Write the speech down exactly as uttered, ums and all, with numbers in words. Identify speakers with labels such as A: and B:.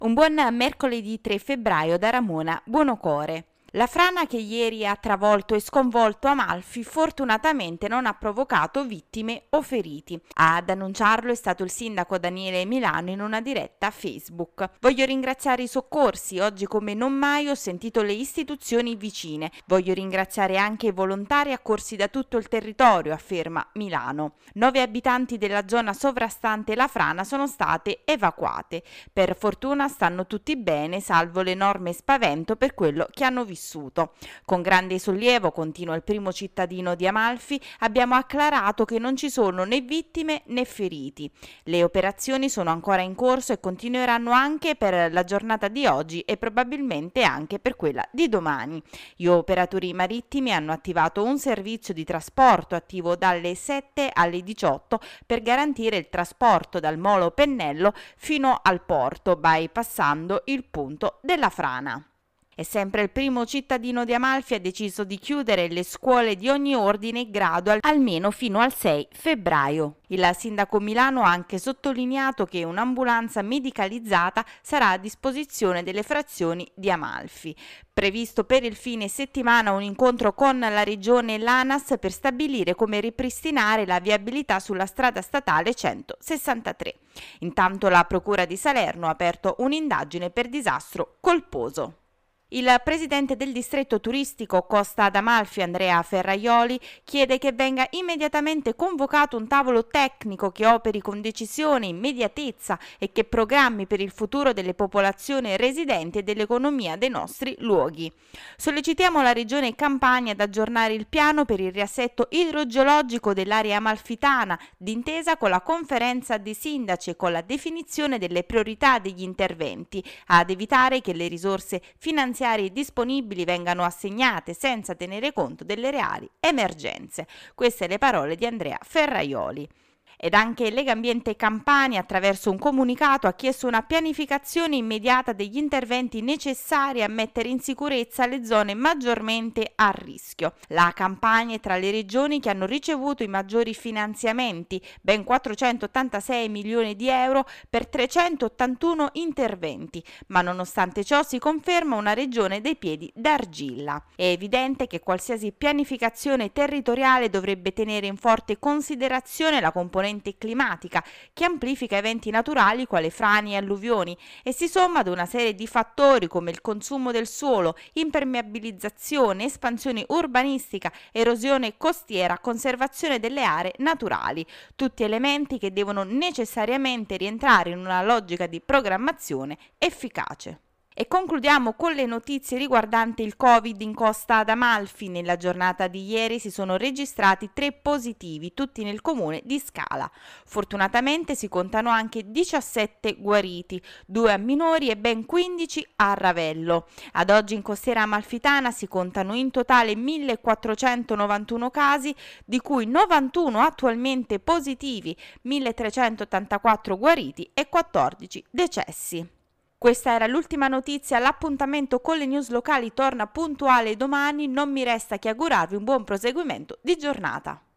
A: Un buon mercoledì tre febbraio da Ramona Buonocore. La frana che ieri ha travolto e sconvolto Amalfi fortunatamente non ha provocato vittime o feriti. Ad annunciarlo è stato il sindaco Daniele Milano in una diretta Facebook. Voglio ringraziare i soccorsi, oggi come non mai ho sentito le istituzioni vicine. Voglio ringraziare anche i volontari accorsi da tutto il territorio, afferma Milano. Nove abitanti della zona sovrastante la frana sono state evacuate. Per fortuna stanno tutti bene, salvo l'enorme spavento per quello che hanno vissuto. Con grande sollievo, continua il primo cittadino di Amalfi, abbiamo acclarato che non ci sono né vittime né feriti. Le operazioni sono ancora in corso e continueranno anche per la giornata di oggi e probabilmente anche per quella di domani. Gli operatori marittimi hanno attivato un servizio di trasporto attivo dalle sette alle diciotto per garantire il trasporto dal molo Pennello fino al porto, bypassando il punto della frana. E sempre il primo cittadino di Amalfi ha deciso di chiudere le scuole di ogni ordine e grado almeno fino al sei febbraio. Il sindaco Milano ha anche sottolineato che un'ambulanza medicalizzata sarà a disposizione delle frazioni di Amalfi. Previsto per il fine settimana un incontro con la regione e l'ANAS per stabilire come ripristinare la viabilità sulla strada statale centosessantatré. Intanto la Procura di Salerno ha aperto un'indagine per disastro colposo. Il presidente del distretto turistico Costa d'Amalfi, Andrea Ferraioli, chiede che venga immediatamente convocato un tavolo tecnico che operi con decisione, immediatezza e che programmi per il futuro delle popolazioni residenti e dell'economia dei nostri luoghi. Sollecitiamo la Regione Campania ad aggiornare il piano per il riassetto idrogeologico dell'area amalfitana, d'intesa con la conferenza dei sindaci e con la definizione delle priorità degli interventi, ad evitare che le risorse finanziarie disponibili vengano assegnate senza tenere conto delle reali emergenze. Queste le parole di Andrea Ferraioli. Ed anche Legambiente Campania, attraverso un comunicato, ha chiesto una pianificazione immediata degli interventi necessari a mettere in sicurezza le zone maggiormente a rischio. La Campania è tra le regioni che hanno ricevuto i maggiori finanziamenti, ben quattrocentottantasei milioni di euro per trecentottantuno interventi, ma nonostante ciò si conferma una regione dei piedi d'argilla. È evidente che qualsiasi pianificazione territoriale dovrebbe tenere in forte considerazione la componente climatica che amplifica eventi naturali quali frane e alluvioni e si somma ad una serie di fattori come il consumo del suolo, impermeabilizzazione, espansione urbanistica, erosione costiera, conservazione delle aree naturali, tutti elementi che devono necessariamente rientrare in una logica di programmazione efficace. E concludiamo con le notizie riguardanti il Covid in Costa d'Amalfi. Nella giornata di ieri si sono registrati tre positivi, tutti nel comune di Scala. Fortunatamente si contano anche diciassette guariti, due a Minori e ben quindici a Ravello. Ad oggi in Costiera Amalfitana si contano in totale millequattrocentonovantuno casi, di cui novantuno attualmente positivi, milletrecentottantaquattro guariti e quattordici decessi. Questa era l'ultima notizia, l'appuntamento con le news locali torna puntuale domani, non mi resta che augurarvi un buon proseguimento di giornata.